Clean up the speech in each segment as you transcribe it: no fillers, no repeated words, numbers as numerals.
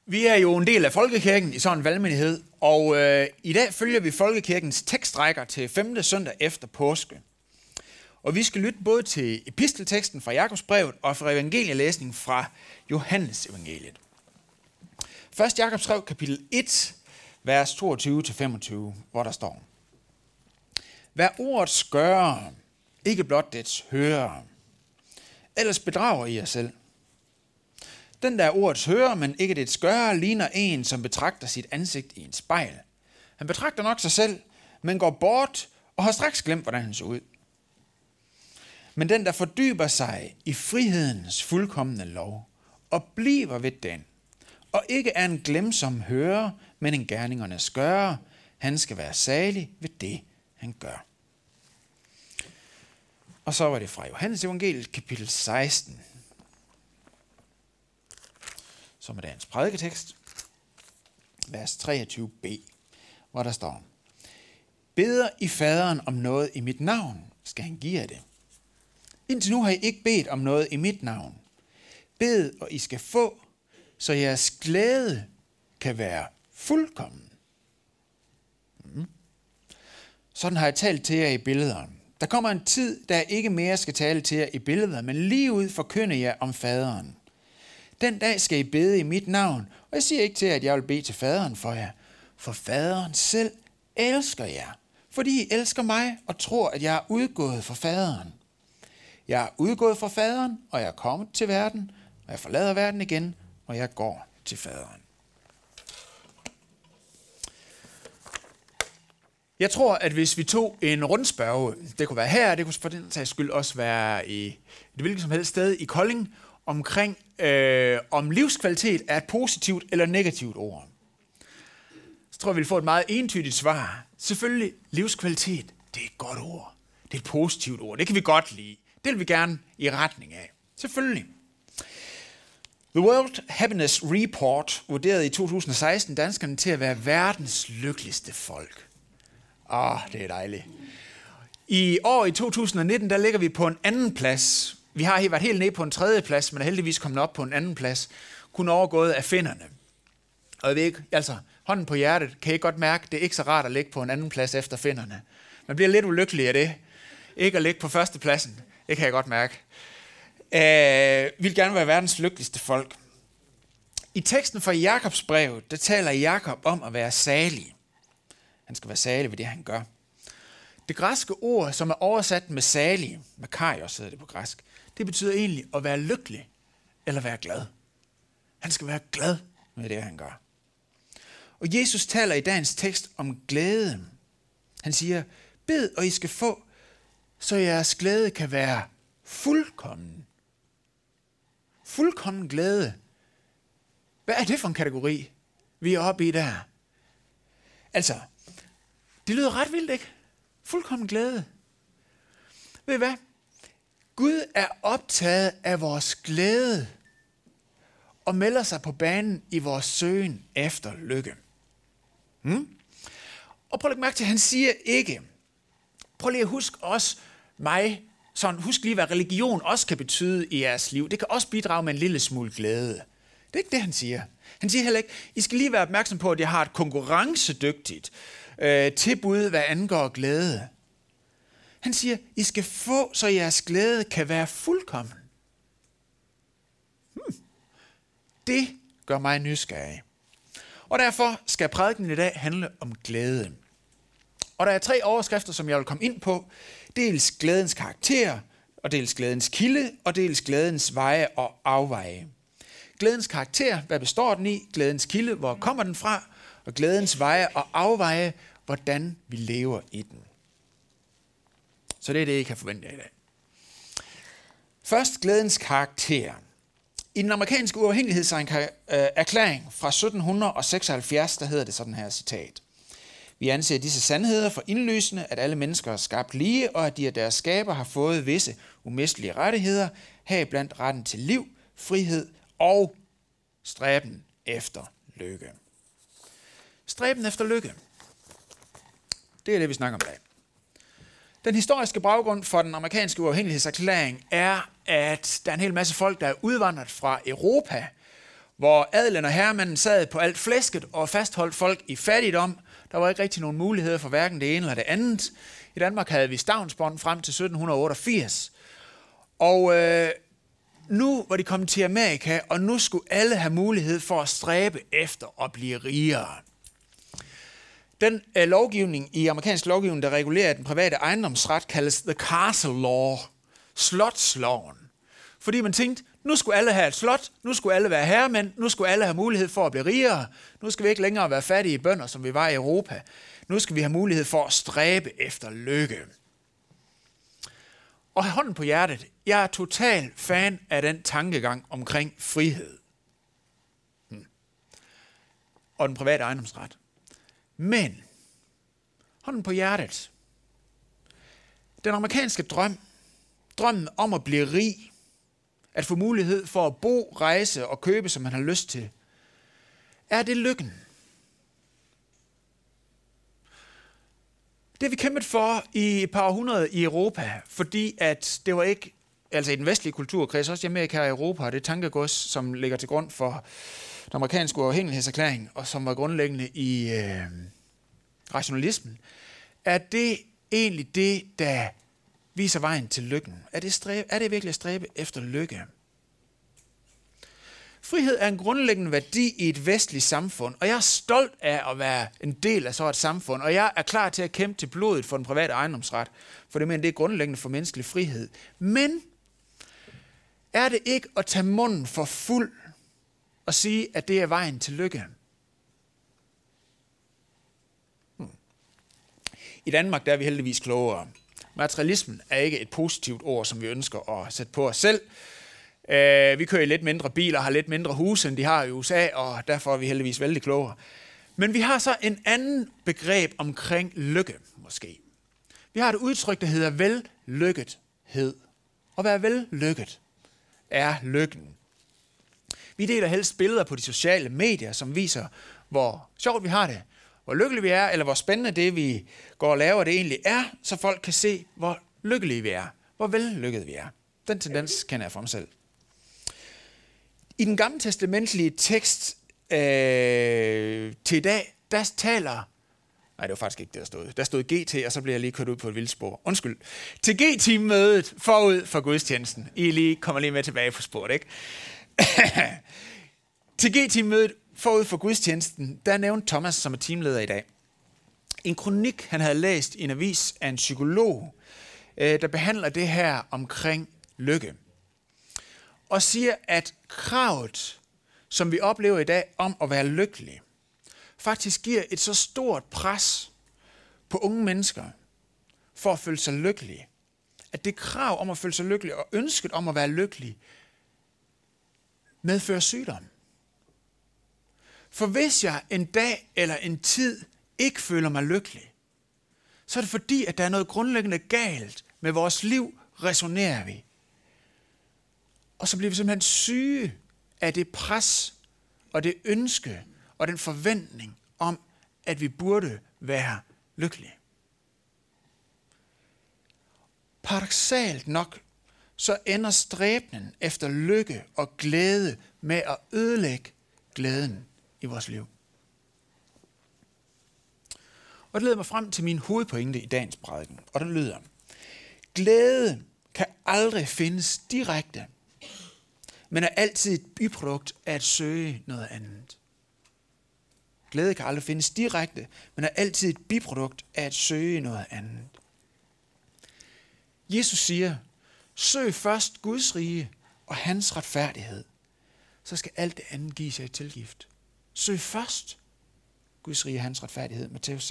Vi er jo en del af Folkekirken i sådan en valgmenighed, og i dag følger vi Folkekirkens tekstrækker til 5. søndag efter påske. Og vi skal lytte både til epistelteksten fra Jakobsbrevet og fra evangelielæsningen fra Johannes evangeliet. Først Jakobsbrev kapitel 1, vers 22-25, hvor der står: Vær ordets gører, ikke blot dets hører, ellers bedrager I jer selv. Den, der er ordets hører, men ikke dets gører, ligner en, som betragter sit ansigt i en spejl. Han betragter nok sig selv, men går bort og har straks glemt, hvordan han så ud. Men den, der fordyber sig i frihedens fuldkomne lov, og bliver ved den, og ikke er en glemsom hører, men en gerningernes gører, han skal være salig ved det, han gør. Og så var det fra Johannes evangeliet, kapitel 16, som er dagens prædiketekst, vers 23b, hvor der står: Beder I faderen om noget i mit navn, skal han give jer det. Indtil nu har I ikke bedt om noget i mit navn. Bed, og I skal få, så jeres glæde kan være fuldkommen. Sådan har jeg talt til jer i billeder. Der kommer en tid, da jeg ikke mere skal tale til jer i billeder, men lige ud forkynde jer om faderen. Den dag skal I bede i mit navn, og jeg siger ikke til jer, at jeg vil bede til faderen for jer, for faderen selv elsker jer, fordi I elsker mig og tror, at jeg er udgået fra faderen. Jeg er udgået fra faderen, og jeg er kommet til verden, og jeg forlader verden igen, og jeg går til faderen. Jeg tror, at hvis vi tog en rundspørge, det kunne være her, det kunne for den sags skyld også være i et hvilket som helst sted i Kolding, omkring om livskvalitet er et positivt eller negativt ord, så tror jeg, vi vil få et meget entydigt svar. Selvfølgelig, livskvalitet, det er et godt ord. Det er et positivt ord. Det kan vi godt lide. Det vil vi gerne i retning af. Selvfølgelig. The World Happiness Report vurderede i 2016 danskerne til at være verdens lykkeligste folk. Det er dejligt. I år i 2019, der ligger vi på en anden plads. Vi har været helt nede på en 3. plads, men er heldigvis kommet op på en anden plads. Kun overgået af finnerne. Og jeg ved ikke, altså hånden på hjertet, kan I godt mærke, det er ikke så rart at ligge på en anden plads efter finnerne. Man bliver lidt ulykkelig af det. Ikke at ligge på 1. pladsen. Det kan jeg godt mærke. Vi vil gerne være verdens lykkeligste folk. I teksten fra Jakobsbrevet, der taler Jakob om at være salig. Han skal være salig ved det, han gør. Det græske ord, som er oversat med salig, makarios hedder det på græsk, det betyder egentlig at være lykkelig eller være glad. Han skal være glad med det, han gør. Og Jesus taler i dagens tekst om glæde. Han siger, bed, og I skal få, så jeres glæde kan være fuldkommen. Fuldkommen glæde. Hvad er det for en kategori, vi er oppe i der? Altså, det lyder ret vildt, ikke? Fuldkommen glæde. Ved I hvad? Gud er optaget af vores glæde og melder sig på banen i vores søgen efter lykke. Og prøv at lægge mærke til, at han siger ikke, prøv lige at huske også mig, sådan husk lige, hvad religion også kan betyde i jeres liv. Det kan også bidrage med en lille smule glæde. Det er ikke det, han siger. Han siger heller ikke, I skal lige være opmærksom på, at jeg har et konkurrencedygtigt tilbud, hvad angår glæde. Han siger, I skal få, så jeres glæde kan være fuldkommen. Det gør mig nysgerrig. Og derfor skal prædiken i dag handle om glæde. Og der er 3 overskrifter, som jeg vil komme ind på. Dels glædens karakter, og dels glædens kilde, og dels glædens veje og afveje. Glædens karakter, hvad består den i? Glædens kilde, hvor kommer den fra? Og glædens veje og afveje, hvordan vi lever i den. Så det er det, I kan forvente i dag. Først glædens karakter. I den amerikanske uafhængighedserklæring fra 1776, der hedder det sådan her citat. Vi anser disse sandheder for indlysende, at alle mennesker er skabt lige, og at de af deres skaber har fået visse umistelige rettigheder, heriblandt retten til liv, frihed og stræben efter lykke. Stræben efter lykke. Det er det, vi snakker om i dag. Den historiske baggrund for den amerikanske uafhængighedserklæring er, at der er en hel masse folk, der er udvandret fra Europa, hvor adelen og herremanden sad på alt flæsket og fastholdt folk i fattigdom. Der var ikke rigtig nogen muligheder for hverken det ene eller det andet. I Danmark havde vi stavnsbånd frem til 1788. Og nu var de kommet til Amerika, og nu skulle alle have mulighed for at stræbe efter at blive rigere. Den lovgivning i amerikansk lovgivning, der regulerer den private ejendomsret, kaldes the castle law, slotsloven. Fordi man tænkte, nu skulle alle have et slot, nu skulle alle være herremænd, nu skulle alle have mulighed for at blive rigere, nu skal vi ikke længere være fattige bønder, som vi var i Europa. Nu skal vi have mulighed for at stræbe efter lykke. Og hånden på hjertet, jeg er total fan af den tankegang omkring frihed. Og den private ejendomsret. Men, hånden på hjertet, den amerikanske drømmen om at blive rig, at få mulighed for at bo, rejse og købe, som man har lyst til, er det lykken? Det har vi kæmpet for i et par århundreder i Europa, fordi at det var ikke, altså i den vestlige kulturkreds, også i Amerika og Europa, det tankegods, som ligger til grund for den amerikanske uafhængighedserklæring, og som var grundlæggende i rationalismen, er det egentlig det, der viser vejen til lykken? Er det virkelig at stræbe efter lykke? Frihed er en grundlæggende værdi i et vestligt samfund, og jeg er stolt af at være en del af så et samfund, og jeg er klar til at kæmpe til blodet for den private ejendomsret, for det er grundlæggende for menneskelig frihed. Men er det ikke at tage munden for fuld og sige, at det er vejen til lykke? I Danmark der er vi heldigvis klogere. Materialismen er ikke et positivt ord, som vi ønsker at sætte på os selv. Vi kører i lidt mindre biler og har lidt mindre huse, end de har i USA, og derfor er vi heldigvis vældig klogere. Men vi har så en anden begreb omkring lykke, måske. Vi har et udtryk, der hedder vellykkethed. At være vellykket er lykken. Vi deler helst billeder på de sociale medier, som viser, hvor sjovt vi har det, hvor lykkelige vi er, eller hvor spændende det, vi går og laver, det egentlig er, så folk kan se, hvor lykkelige vi er, hvor vellykkede vi er. Den tendens kender jeg fra mig selv. I den gamle testamentlige tekst til i dag, der taler... Nej, det var faktisk ikke det, der stod. Der stod GT, og så bliver jeg lige kørt ud på et vildspor. Undskyld. Til G-team-mødet forud for gudstjenesten. I kommer lige med tilbage på sporet, ikke? Til G-team-mødet forud for gudstjenesten, der nævnte Thomas, som er teamleder i dag, en kronik, han havde læst i en avis af en psykolog, der behandler det her omkring lykke. Og siger, at kravet, som vi oplever i dag om at være lykkelig, faktisk giver et så stort pres på unge mennesker for at føle sig lykkelige, at det krav om at føle sig lykkelig og ønsket om at være lykkelig medfører sygdom. For hvis jeg en dag eller en tid ikke føler mig lykkelig, så er det fordi, at der er noget grundlæggende galt med vores liv, resonerer vi. Og så bliver vi simpelthen syge af det pres og det ønske og den forventning om, at vi burde være lykkelige. Paradoksalt nok, så ender stræbnen efter lykke og glæde med at ødelægge glæden i vores liv. Og det leder mig frem til min hovedpointe i dagens prædiken, og den lyder: glæde kan aldrig findes direkte, men er altid et biprodukt af at søge noget andet. Glæde kan aldrig findes direkte, men er altid et biprodukt af at søge noget andet. Jesus siger, søg først Guds rige og hans retfærdighed, så skal alt det andet gives jer i tilgift. Søg først Guds rige og hans retfærdighed, Matthæus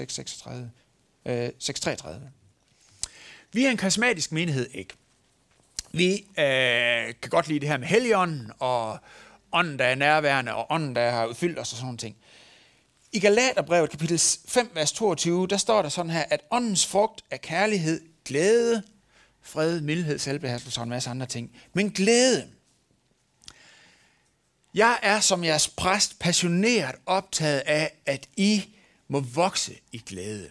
6:33. Vi er en karismatisk menighed, ikke? Vi kan godt lide det her med Helligånden, og ånden, der er nærværende, og ånden, der har udfyldt os og sådan nogle ting. I Galaterbrevet, kapitel 5, vers 22, der står der sådan her, at åndens frugt er kærlighed, glæde, fred, mildhed, selvbeherskelse og en masse andre ting. Men glæde. Jeg er som jeres præst passioneret optaget af, at I må vokse i glæde.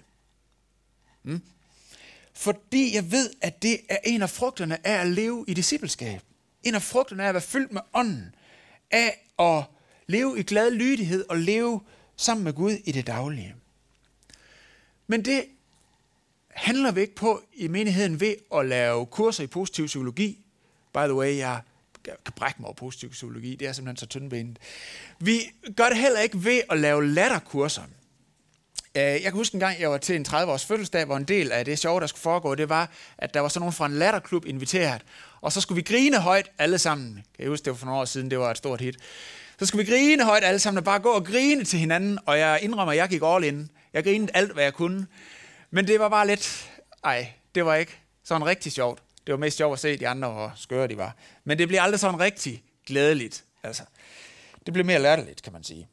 Fordi jeg ved, at det er en af frugterne af at leve i discipleskab. En af frugterne af at være fyldt med ånden. Af at leve i glad lydighed og leve sammen med Gud i det daglige. Men det handler vi ikke på i menigheden ved at lave kurser i positiv psykologi. By the way, jeg kan brække mig over positiv psykologi, det er simpelthen så tyndbenet. Vi gør det heller ikke ved at lave latterkurser. Jeg kan huske en gang, jeg var til en 30-års fødselsdag, hvor en del af det sjove, der skulle foregå, det var, at der var sådan nogen fra en latterklub inviteret, og så skulle vi grine højt alle sammen. Kan jeg huske, det var for nogle år siden, det var et stort hit. Så skulle vi grine højt alle sammen, og bare gå og grine til hinanden, og jeg indrømmer, at jeg gik all in. Jeg grinede alt, hvad jeg kunne. Men det var bare lidt, det var ikke sådan rigtig sjovt. Det var mest sjovt at se de andre, hvor skøre de var. Men det blev aldrig sådan rigtig glædeligt. Altså, det blev mere latterligt, kan man sige.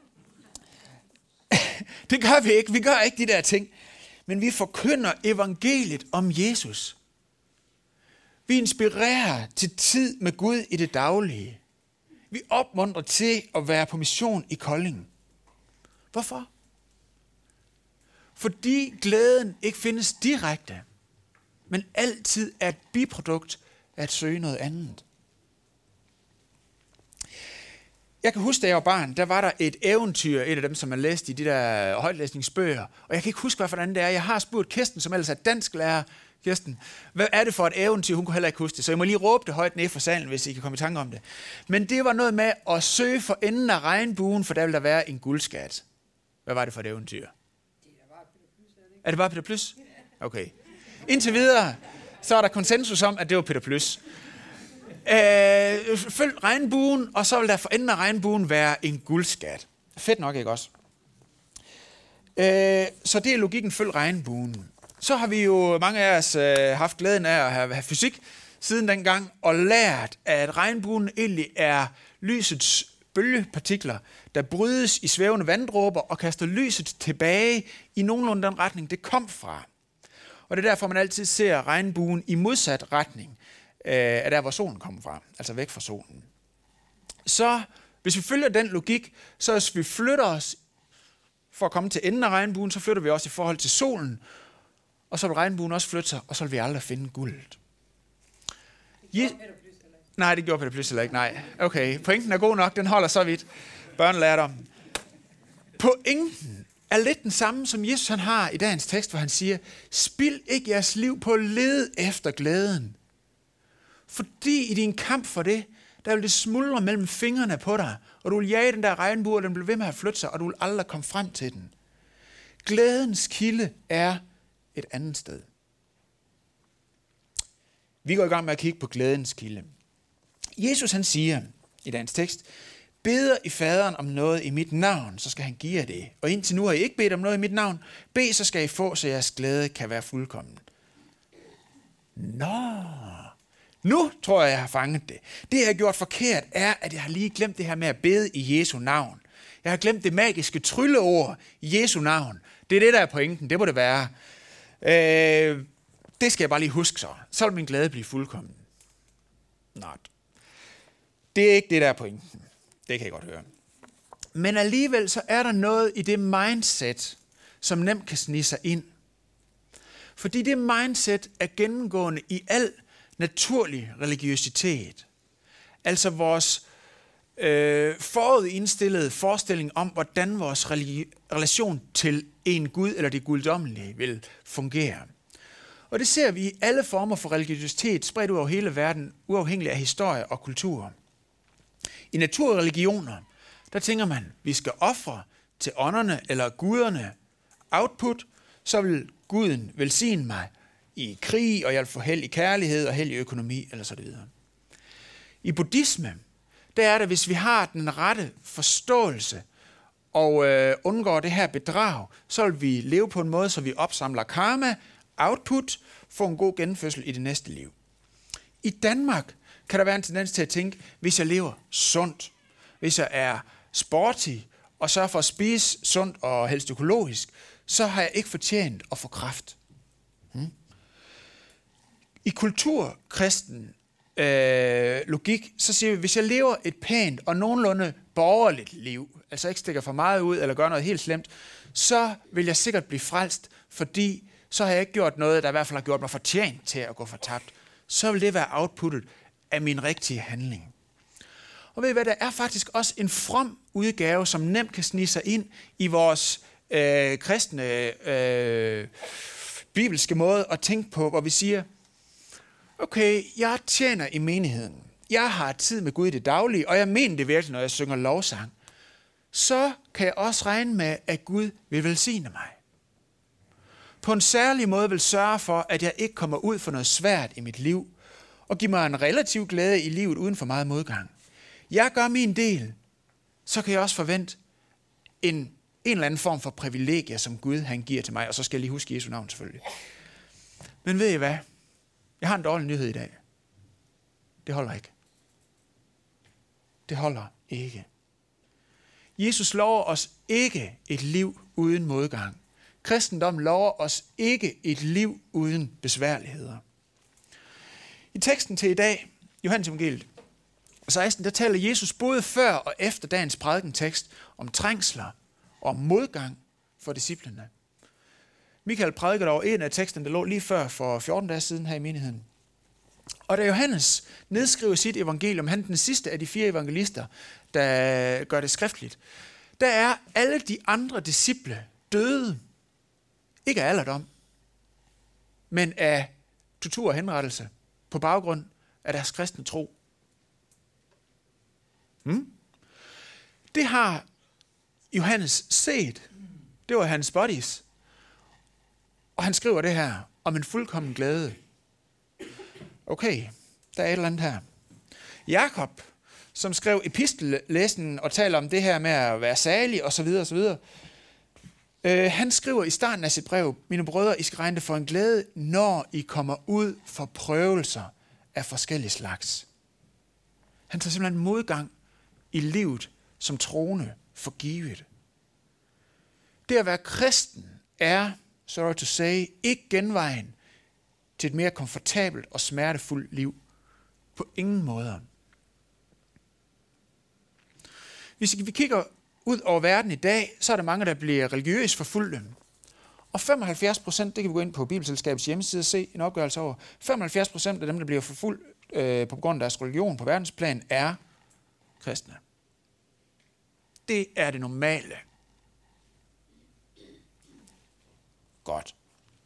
Det gør vi ikke. Vi gør ikke de der ting. Men vi forkynder evangeliet om Jesus. Vi inspirerer til tid med Gud i det daglige. Vi opmuntrer til at være på mission i Kolding. Hvorfor? Fordi glæden ikke findes direkte, men altid er et biprodukt af at søge noget andet. Jeg kan huske, da jeg var barn, der var der et eventyr, et af dem, som man læste i de der højtlæsningsbøger, og jeg kan ikke huske, hvordan det er. Jeg har spurgt Kirsten, som ellers er dansklærer. Kirsten, hvad er det for et eventyr? Hun kunne heller ikke huske det, så jeg må lige råbe det højt ned fra salen, hvis I kan komme i tanke om det. Men det var noget med at søge for enden af regnbuen, for der ville der være en guldskat. Hvad var det for et eventyr? Er det bare Peter Plys? Okay. Indtil videre, så er der konsensus om, at det var Peter Plys. Følg regnbuen, og så vil der for enden af regnbuen være en guldskat. Fedt nok, ikke også? Så det er logikken, følg regnbuen. Så har vi jo, mange af os, haft glæden af at have fysik siden dengang, og lært, at regnbuen egentlig er lysets bølgepartikler, der brydes i svævende vanddråber og kaster lyset tilbage i nogenlunde den retning, det kom fra. Og det er derfor, man altid ser regnbuen i modsat retning af der, hvor solen kommer fra, altså væk fra solen. Så hvis vi følger den logik, så hvis vi flytter os for at komme til enden af regnbuen, så flytter vi også i forhold til solen, og så vil regnbuen også flytte sig, og så vil vi aldrig finde guldet. Nej, det gjorde Peter Plys heller ikke, nej. Okay, pointen er god nok, den holder så vidt. Børnelærdom. Pointen er lidt den samme, som Jesus han har i dagens tekst, hvor han siger, spild ikke jeres liv på at lede efter glæden. Fordi i din kamp for det, der vil det smuldre mellem fingrene på dig, og du vil jage den der regnbue, og den bliver ved med at flytte sig, og du vil aldrig komme frem til den. Glædens kilde er et andet sted. Vi går i gang med at kigge på glædens kilde. Jesus han siger i dagens tekst, beder I faderen om noget i mit navn, så skal han give jer det. Og indtil nu har I ikke bedt om noget i mit navn. Bed, så skal I få, så jeres glæde kan være fuldkommen. Nu tror jeg har fanget det. Det, jeg har gjort forkert, er, at jeg har lige glemt det her med at bede i Jesu navn. Jeg har glemt det magiske trylleord i Jesu navn. Det er det, der er pointen. Det må det være. Det skal jeg bare lige huske så. Så vil min glæde blive fuldkommen. Not. Det er ikke det, der er pointen. Det kan jeg godt høre. Men alligevel så er der noget i det mindset, som nemt kan snige sig ind. Fordi det mindset er gennemgående i al naturlig religiøsitet. Altså vores forudindstillede forestilling om, hvordan vores relation til en Gud eller det guddommelige vil fungere. Og det ser vi i alle former for religiøsitet spredt ud over hele verden, uafhængigt af historie og kultur. I naturreligioner, der tænker man, vi skal ofre til ånderne eller guderne. Output, så vil Guden velsigne mig i krig, og jeg vil få held i kærlighed og held i økonomi, eller så videre. I buddhisme, der er det, hvis vi har den rette forståelse og undgår det her bedrag, så vil vi leve på en måde, så vi opsamler karma, output, får en god genfødsel i det næste liv. I Danmark kan der være en tendens til at tænke, hvis jeg lever sundt, hvis jeg er sporty og sørger for at spise sundt og helst økologisk, så har jeg ikke fortjent at få kræft. I kulturkristen logik, så siger vi, hvis jeg lever et pænt og nogenlunde borgerligt liv, altså ikke stikker for meget ud eller gør noget helt slemt, så vil jeg sikkert blive frelst, fordi så har jeg ikke gjort noget, der i hvert fald har gjort mig fortjent til at gå fortabt. Så vil det være outputtet af min rigtige handling. Og ved I hvad, der er faktisk også en from udgave, som nemt kan snige sig ind i vores kristne bibelske måde at tænke på, hvor vi siger, okay, jeg tjener i menigheden. Jeg har tid med Gud i det daglige, og jeg mener det virkelig, når jeg synger lovsang. Så kan jeg også regne med, at Gud vil velsigne mig. På en særlig måde vil sørge for, at jeg ikke kommer ud for noget svært i mit liv, og give mig en relativ glæde i livet uden for meget modgang. Jeg gør min del, så kan jeg også forvente en eller anden form for privilegier, som Gud han giver til mig, og så skal jeg lige huske Jesu navn selvfølgelig. Men ved I hvad? Jeg har en dårlig nyhed i dag. Det holder ikke. Det holder ikke. Jesus lover os ikke et liv uden modgang. Kristendom lover os ikke et liv uden besværligheder. I teksten til i dag, Johannes evangeliet 16, der taler Jesus både før og efter dagens prædikentekst om trængsler og om modgang for disciplene. Michael prædikede over en af teksterne, der lå lige før for 14 dage siden her i menigheden. Og da Johannes nedskriver sit evangelium, han er den sidste af de 4 evangelister, der gør det skriftligt, der er alle de andre disciple døde. Ikke af alderdom, men af tortur og henrettelse på baggrund af deres kristne tro. Det har Johannes set. Det var hans buddies. Og han skriver det her om en fuldkommen glæde. Okay, der er et eller andet her. Jakob, som skrev epistellæsningen og taler om det her med at være salig osv. osv., han skriver i starten af sit brev, mine brødre, I skal regne det for en glæde, når I kommer ud for prøvelser af forskellige slags. Han tager simpelthen modgang i livet som troende for givet. Det at være kristen er, sorry to say, ikke genvejen til et mere komfortabelt og smertefuldt liv. På ingen måder. Hvis vi kigger ud over verden i dag, så er der mange, der bliver religiøst forfulgte. Og 75%, det kan vi gå ind på Bibelselskabets hjemmeside og se en opgørelse over, 75% af dem, der bliver forfulgt på grund af deres religion på verdensplan, er kristne. Det er det normale. Godt.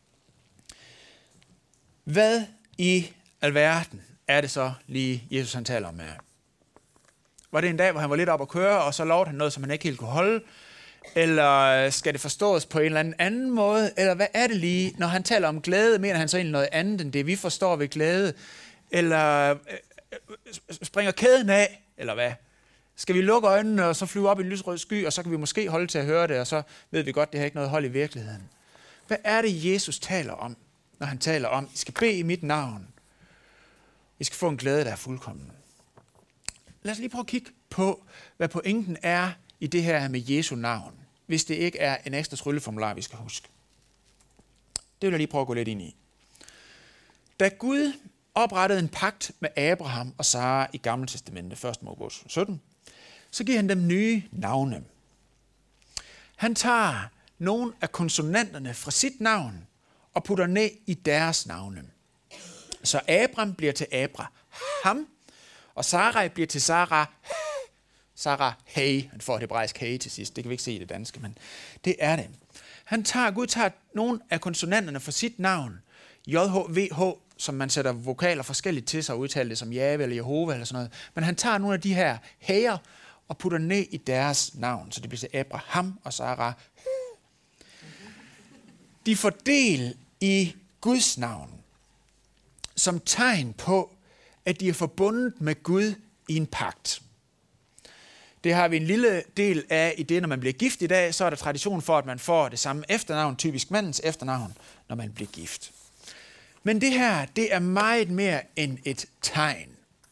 Hvad i alverden er det så lige, Jesus han taler om her? Var det en dag, hvor han var lidt op at køre, og så lovede han noget, som han ikke helt kunne holde? Eller skal det forstås på en eller anden måde? Eller hvad er det lige? Når han taler om glæde, mener han så egentlig noget andet, end det vi forstår ved glæde? Eller springer kæden af? Eller hvad? Skal vi lukke øjnene, og så flyve op i en lysrød sky, og så kan vi måske holde til at høre det, og så ved vi godt, det har ikke noget hold i virkeligheden. Hvad er det, Jesus taler om, når han taler om, I skal bede i mit navn? I skal få en glæde, der er fuldkommen. Lad os lige prøve at kigge på, hvad pointen er i det her med Jesu navn, hvis det ikke er en ekstra trylleformular, vi skal huske. Det vil jeg lige prøve at gå lidt ind i. Da Gud oprettede en pagt med Abraham og Sara i Gamle Testamentet, 1. Mosebog 17, så giver han dem nye navne. Han tager nogle af konsonanterne fra sit navn og putter ned i deres navne. Så Abraham bliver til Abraham, og Sarai bliver til Sarah, hey. Han får et hebraisk hey til sidst. Det kan vi ikke se i det danske, men det er det. Gud tager nogle af konsonanterne fra sit navn, JHVH, som man sætter vokaler forskelligt til sig og udtaler det som Jave eller Jehova eller sådan noget. Men han tager nogle af de her heyer og putter ned i deres navn, så det bliver til Abraham og Sarah. De får del i Guds navn som tegn på, at de er forbundet med Gud i en pagt. Det har vi en lille del af i det, når man bliver gift i dag, så er der tradition for, at man får det samme efternavn, typisk mandens efternavn, når man bliver gift. Men det her, det er meget mere end et tegn.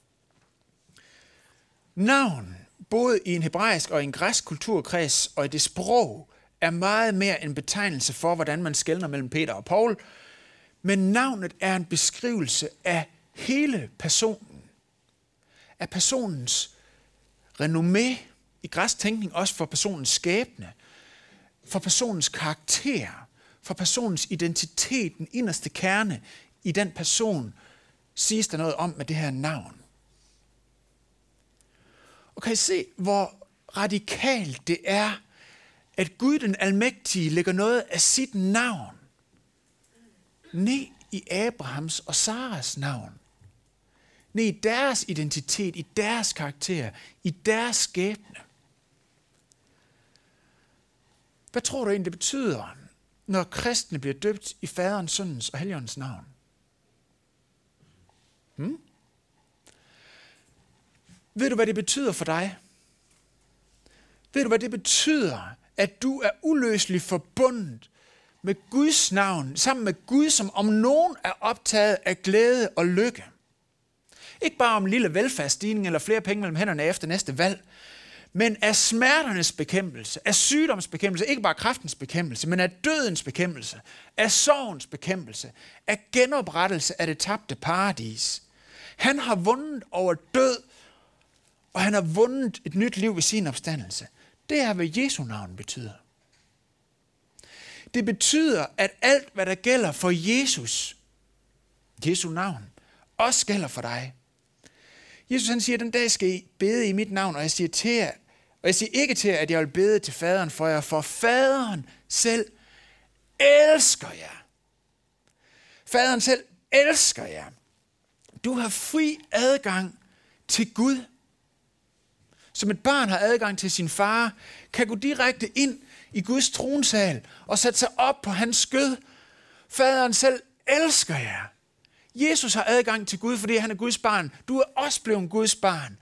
Navn, både i en hebraisk og en græsk kulturkreds og i det sprog, er meget mere en betegnelse for, hvordan man skelner mellem Peter og Paul. Men navnet er en beskrivelse af hele personen. Af personens renommé, i græsk tænkning også for personens skæbne, for personens karakter, for personens identitet, den inderste kerne i den person, siges der noget om med det her navn. Og kan I se, hvor radikalt det er, at Gud den Almægtige lægger noget af sit navn ned i Abrahams og Saras navn. Ned i deres identitet, i deres karakter, i deres skæbne. Hvad tror du egentlig, det betyder, når kristne bliver døbt i Faderens, Søndens og Helligåndens navn? Ved du, hvad det betyder for dig? Ved du, hvad det betyder, at du er uløseligt forbundet med Guds navn, sammen med Gud, som om nogen er optaget af glæde og lykke? Ikke bare om en lille velfærdsstigning eller flere penge mellem hænderne efter næste valg, men af smerternes bekæmpelse, af sygdomsbekæmpelse, ikke bare kræftens bekæmpelse, men af dødens bekæmpelse, af sorgens bekæmpelse, af genoprettelse af det tabte paradis. Han har vundet over død, og han har vundet et nyt liv ved sin opstandelse. Det er, hvad Jesu navn betyder. Det betyder, at alt, hvad der gælder for Jesus, Jesu navn, også gælder for dig. Jesus han siger, den dag skal I bede i mit navn, og jeg siger til jer, og jeg siger ikke til jer, at jeg vil bede til faderen for jer, for faderen selv elsker jer. Faderen selv elsker jer. Du har fri adgang til Gud. Som et barn har adgang til sin far, kan gå direkte ind i Guds tronsal og sætte sig op på hans skød. Faderen selv elsker jer. Jesus har adgang til Gud, fordi han er Guds barn. Du er også blevet Guds barn.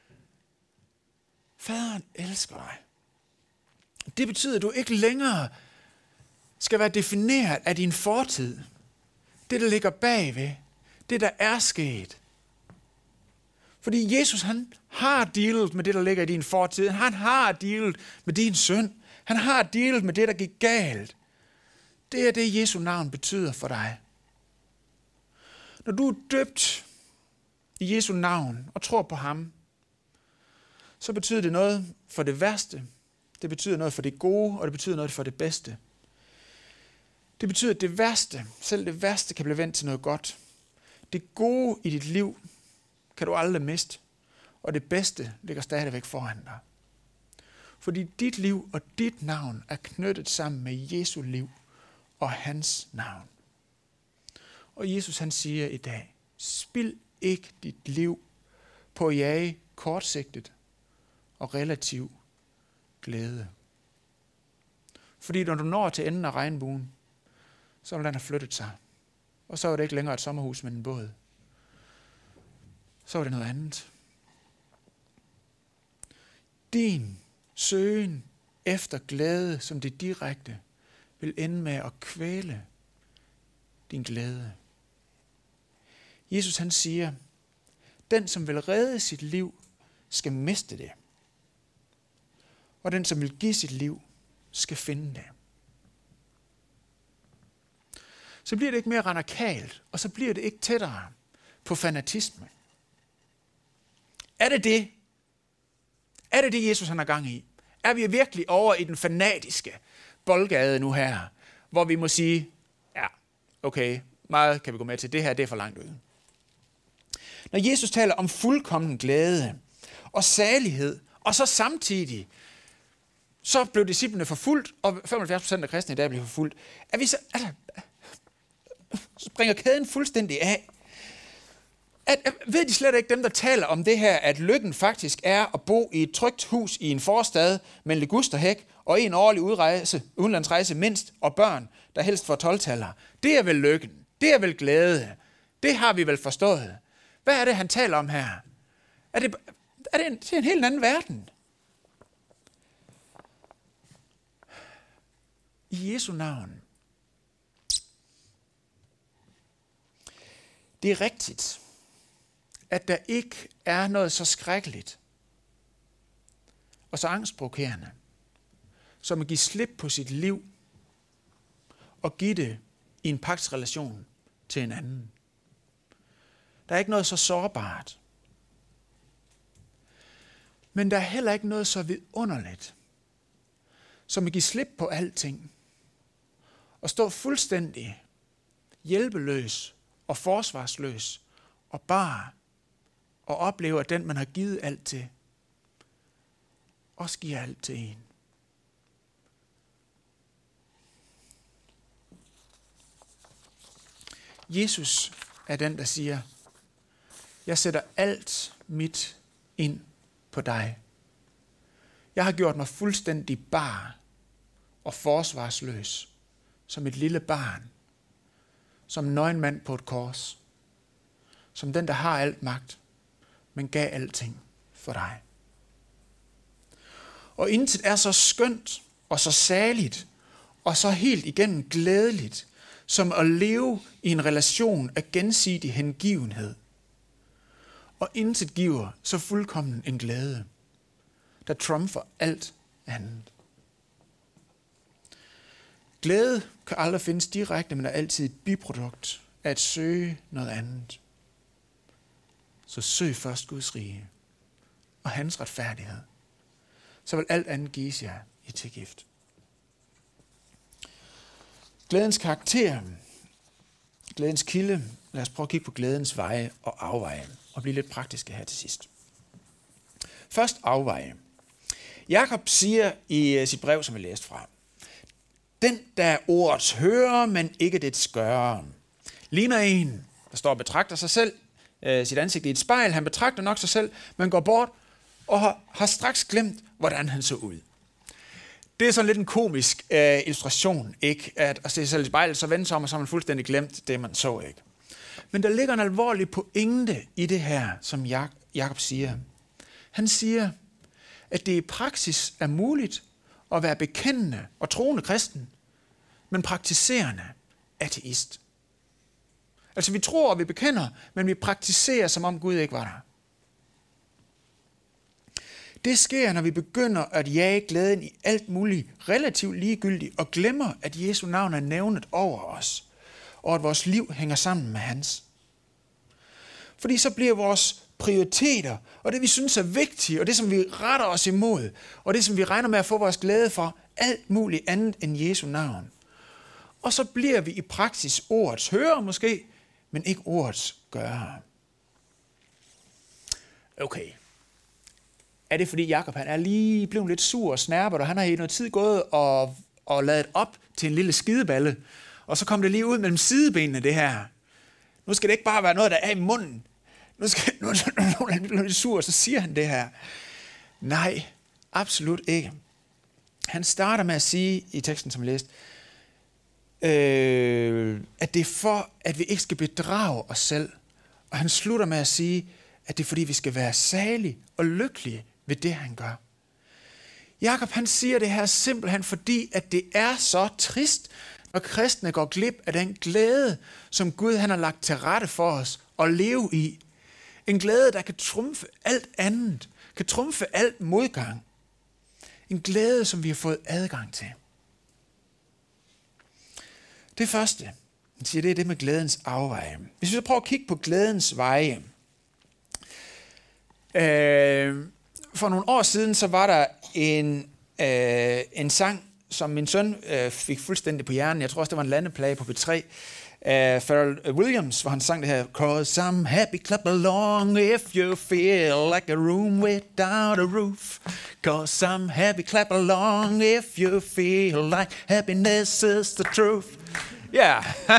Faderen elsker dig. Det betyder, at du ikke længere skal være defineret af din fortid. Det, der ligger bagved. Det, der er sket. Fordi Jesus, han har dealet med det, der ligger i din fortid. Han har dealet med din synd. Han har dealet med det, der gik galt. Det er det, Jesu navn betyder for dig. Når du er døbt i Jesu navn og tror på ham, så betyder det noget for det værste. Det betyder noget for det gode, og det betyder noget for det bedste. Det betyder, at det værste, selv det værste, kan blive vendt til noget godt. Det gode i dit liv kan du aldrig miste, og det bedste ligger stadigvæk foran dig. Fordi dit liv og dit navn er knyttet sammen med Jesu liv og hans navn. Og Jesus han siger i dag, spild ikke dit liv på at jage kortsigtet og relativ glæde. Fordi når du når til enden af regnbuen, så vil den have flyttet sig. Og så er det ikke længere et sommerhus, men en båd. Så er det noget andet. Din søgen efter glæde, som det direkte, vil ende med at kvæle din glæde. Jesus han siger, den som vil redde sit liv, skal miste det. Og den som vil give sit liv, skal finde det. Så bliver det ikke mere radikalt, og så bliver det ikke tættere på fanatisme. Er det det? Er det det, Jesus han har gang i? Er vi virkelig over i den fanatiske boldgade nu her, hvor vi må sige, ja, okay, meget kan vi gå med til, det her det er for langt ude. Når Jesus taler om fuldkommen glæde og salighed, og så samtidig, så blev disciplene forfulgt, og 75% af kristne i dag blev forfulgt. Er vi så springer kæden fuldstændig af? Ved de slet ikke, dem der taler om det her, at lykken faktisk er at bo i et trygt hus i en forstad med en ligusterhæk og en årlig udenlandsrejse mindst, og børn, der helst får 12-taller. Det er vel lykken. Det er vel glæde. Det har vi vel forstået. Hvad er det, han taler om her? Det er en helt anden verden. I Jesu navn. Det er rigtigt, at der ikke er noget så skrækkeligt og så angstprovokerende, som at give slip på sit liv og give det i en pagtsrelation til en anden. Der er ikke noget så sårbart. Men der er heller ikke noget så vidunderligt, som at give slip på alting og stå fuldstændig hjælpeløs og forsvarsløs og bare og opleve, at den, man har givet alt til, også giver alt til en. Jesus er den, der siger, jeg sætter alt mit ind på dig. Jeg har gjort mig fuldstændig bar og forsvarsløs, som et lille barn, som en nøgen mand på et kors, som den, der har alt magt, men gav alting for dig. Og intet er så skønt og så saligt og så helt igennem glædeligt, som at leve i en relation af gensidig hengivenhed. Og intet giver så fuldkommen en glæde, der trumfer alt andet. Glæde kan aldrig findes direkte, men er altid et biprodukt af at søge noget andet. Så søg først Guds rige og hans retfærdighed. Så vil alt andet gives jer i tilgift. Glædens karakter, glædens kilde. Lad os prøve at kigge på glædens veje og afveje og blive lidt praktiske her til sidst. Først afveje. Jakob siger i sit brev, som vi læste fra, den, der ordets hører, men ikke dets gør, ligner en, der står og betragter sig selv, sit ansigt i et spejl. Han betragter nok sig selv, men går bort og har straks glemt, hvordan han så ud. Det er sådan lidt en komisk illustration, ikke? At se sig selv i spejlet, så vende sig om, og så har man fuldstændig glemt det, man så, ikke? Men der ligger en alvorlig pointe i det her, som Jakob siger. Han siger, at det i praksis er muligt at være bekendende og troende kristen, men praktiserende ateist. Altså vi tror, og vi bekender, men vi praktiserer, som om Gud ikke var der. Det sker, når vi begynder at jage glæden i alt muligt relativt ligegyldigt, og glemmer, at Jesu navn er nævnet over os, og at vores liv hænger sammen med hans. Fordi så bliver vores prioriteter, og det vi synes er vigtigt, og det som vi retter os imod, og det som vi regner med at få vores glæde for, alt muligt andet end Jesu navn. Og så bliver vi i praksis ordets hører måske, men ikke ordets gøre. Okay. Er det fordi Jakob han er lige blevet lidt sur og snærpet, og han har i noget tid gået og ladet op til en lille skideballe, og så kom det lige ud mellem sidebenene det her. Nu skal det ikke bare være noget, der er i munden. Nu er han blevet lidt sur, og så siger han det her. Nej, absolut ikke. Han starter med at sige i teksten, som jeg læste, at det er for, at vi ikke skal bedrage os selv. Og han slutter med at sige, at det er fordi, vi skal være salige og lykkelige ved det, han gør. Jakob han siger det her simpelthen, fordi at det er så trist, når kristne går glip af den glæde, som Gud han har lagt til rette for os at leve i. En glæde, der kan trumfe alt andet, kan trumfe alt modgang. En glæde, som vi har fået adgang til. Det første, han siger, det er det med glædens afveje. Hvis vi så prøver at kigge på glædens veje. For nogle år siden, så var der en sang, som min søn fik fuldstændig på hjernen. Jeg tror også, det var en landeplage på P3. Pharrell Williams, hvor han sang det her, 'Cause I'm happy, clap along if you feel like a room without a roof. 'Cause I'm happy, clap along if you feel like happiness is the truth.' Ja.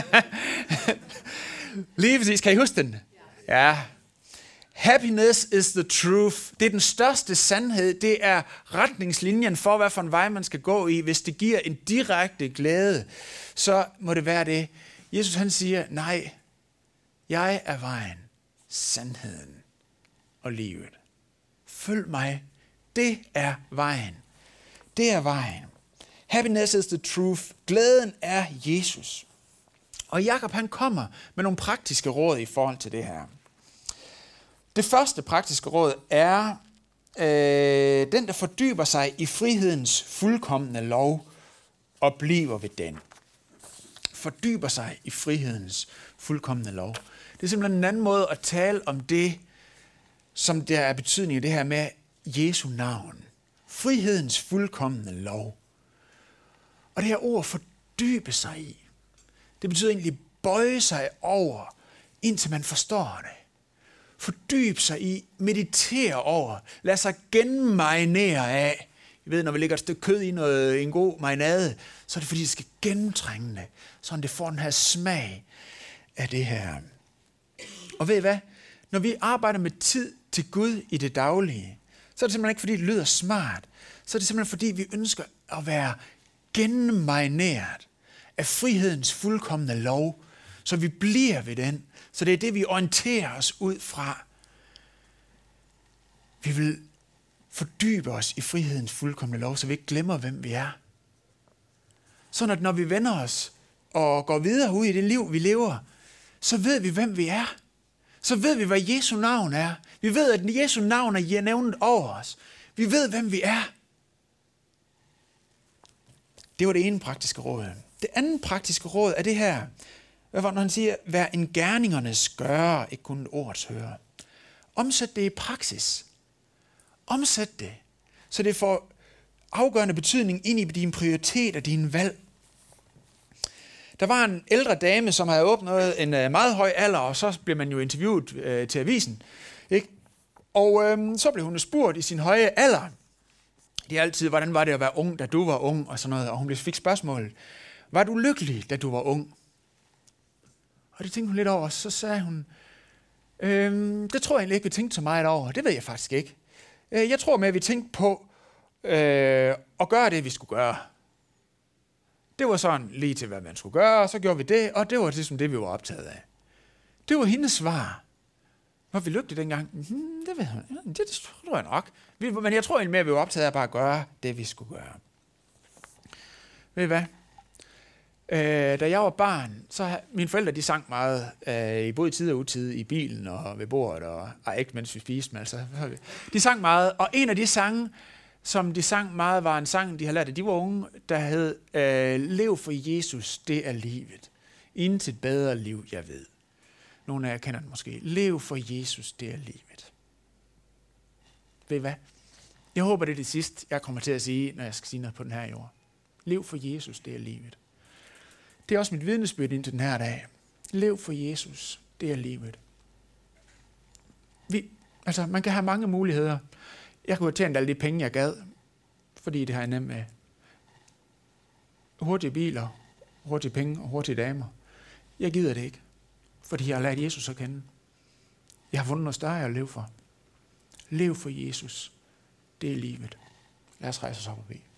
Lige præcis. Kan I huske den? Ja. Happiness is the truth. Det er den største sandhed. Det er retningslinjen for, hvad for en vej man skal gå i. Hvis det giver en direkte glæde, så må det være det. Jesus han siger, nej, jeg er vejen, sandheden og livet. Følg mig. Det er vejen. Det er vejen. Happiness is the truth. Glæden er Jesus. Og Jakob han kommer med nogle praktiske råd i forhold til det her. Det første praktiske råd er den, der fordyber sig i frihedens fuldkomne lov og bliver ved den. Fordyber sig i frihedens fuldkomne lov. Det er simpelthen en anden måde at tale om det, som der er betydning i det her med Jesu navn. Frihedens fuldkomne lov. Og det her ord fordybe sig i, det betyder egentlig bøje sig over, indtil man forstår det. Fordybe sig i, meditere over, lad sig genmarinere af, I ved, når vi lægger et stykke kød i en god marinade, så er det fordi, det skal gennemtrænge det, så det får den her smag af det her. Og ved I hvad? Når vi arbejder med tid til Gud i det daglige, så er det simpelthen ikke, fordi det lyder smart. Så er det simpelthen, fordi vi ønsker at være gennemmarineret af frihedens fuldkomne lov, så vi bliver ved den. Så det er det, vi orienterer os ud fra. Vi vil fordybe os i frihedens fuldkomne lov, så vi ikke glemmer, hvem vi er. Sådan at når vi vender os og går videre ud i det liv, vi lever, så ved vi, hvem vi er. Så ved vi, hvad Jesu navn er. Vi ved, at Jesu navn er nævnt over os. Vi ved, hvem vi er. Det var det ene praktiske råd. Det andet praktiske råd er det her, når han siger, vær en gerningernes gøre, ikke kun et ords høre. Omsæt det i praksis. Omsæt det, så det får afgørende betydning ind i din prioritet og din valg. Der var en ældre dame, som havde opnået en meget høj alder, og så blev man jo interviewet til avisen. Ikke? Og så blev hun spurgt i sin høje alder. Det er altid, hvordan var det at være ung, da du var ung, og sådan noget. Og hun fik spørgsmålet, var du lykkelig, da du var ung? Og det tænkte hun lidt over, så sagde hun, det tror jeg egentlig ikke, vi tænkte så meget over. Det ved jeg faktisk ikke. Jeg tror med, at vi tænkte på at gøre det, vi skulle gøre. Det var sådan lige til, hvad man skulle gøre, og så gjorde vi det, og det var ligesom det, vi var optaget af. Det var hendes svar. Var vi lykkelige dengang? Det ved jeg. Det tror jeg nok. Men jeg tror egentlig mere, at vi var optaget af bare at gøre det, vi skulle gøre. Ved I hvad? Da jeg var barn, så mine forældre, de sang meget, i både tid og utid, i bilen og ved bordet, og ikke mens vi spiste, men altså, de sang meget, og en af de sange, som de sang meget, var en sang, de havde lært, de var unge, der hed, lev for Jesus, det er livet. Intet bedre liv, jeg ved. Nogle af jer kender den måske. Lev for Jesus, det er livet. Ved I hvad? Jeg håber, det er det sidste, jeg kommer til at sige, når jeg skal sige noget på den her jord. Lev for Jesus, det er livet. Det er også mit vidnesbyrd ind til den her dag. Lev for Jesus, det er livet. Man kan have mange muligheder. Jeg kunne have tjent alle de penge, jeg gad, fordi det har jeg nemt med. Hurtige biler, hurtige penge og hurtige damer. Jeg gider det ikke, fordi jeg har lært Jesus at kende. Jeg har fundet noget større at leve for. Lev for Jesus, det er livet. Lad os rejse os op og bede.